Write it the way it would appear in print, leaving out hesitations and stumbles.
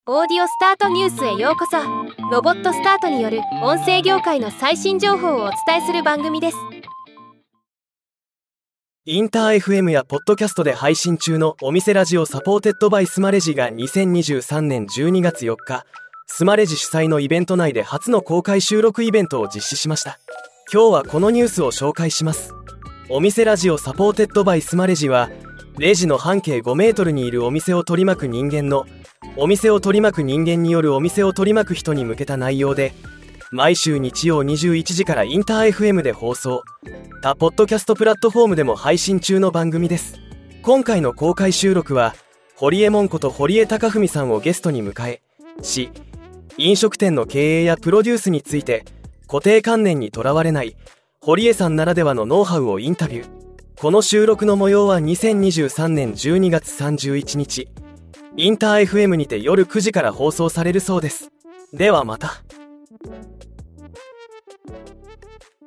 オーディオスタートニュースへようこそ。ロボットスタートによる音声業界の最新情報をお伝えする番組です。 インター FM やポッドキャストで配信中のお店ラジオサポーテッドバイスマレジが2023年12月4日、スマレジ主催のイベント内で初の公開収録イベントを実施しました。今日はこのニュースを紹介します。お店ラジオサポーテッドバイスマレジは、レジの半径5メートルにいるお店を取り巻く人間のお店を取り巻く人間によるお店を取り巻く人に向けた内容で、毎週日曜21時からインター FM で放送、他ポッドキャストプラットフォームでも配信中の番組です。今回の公開収録は、堀江門こと堀江貴文さんをゲストに迎えし、飲食店の経営やプロデュースについて固定観念にとらわれない堀江さんならではのノウハウをインタビュー。この収録の模様は2023年12月31日、インター FM にて夜9時から放送されるそうです。ではまた。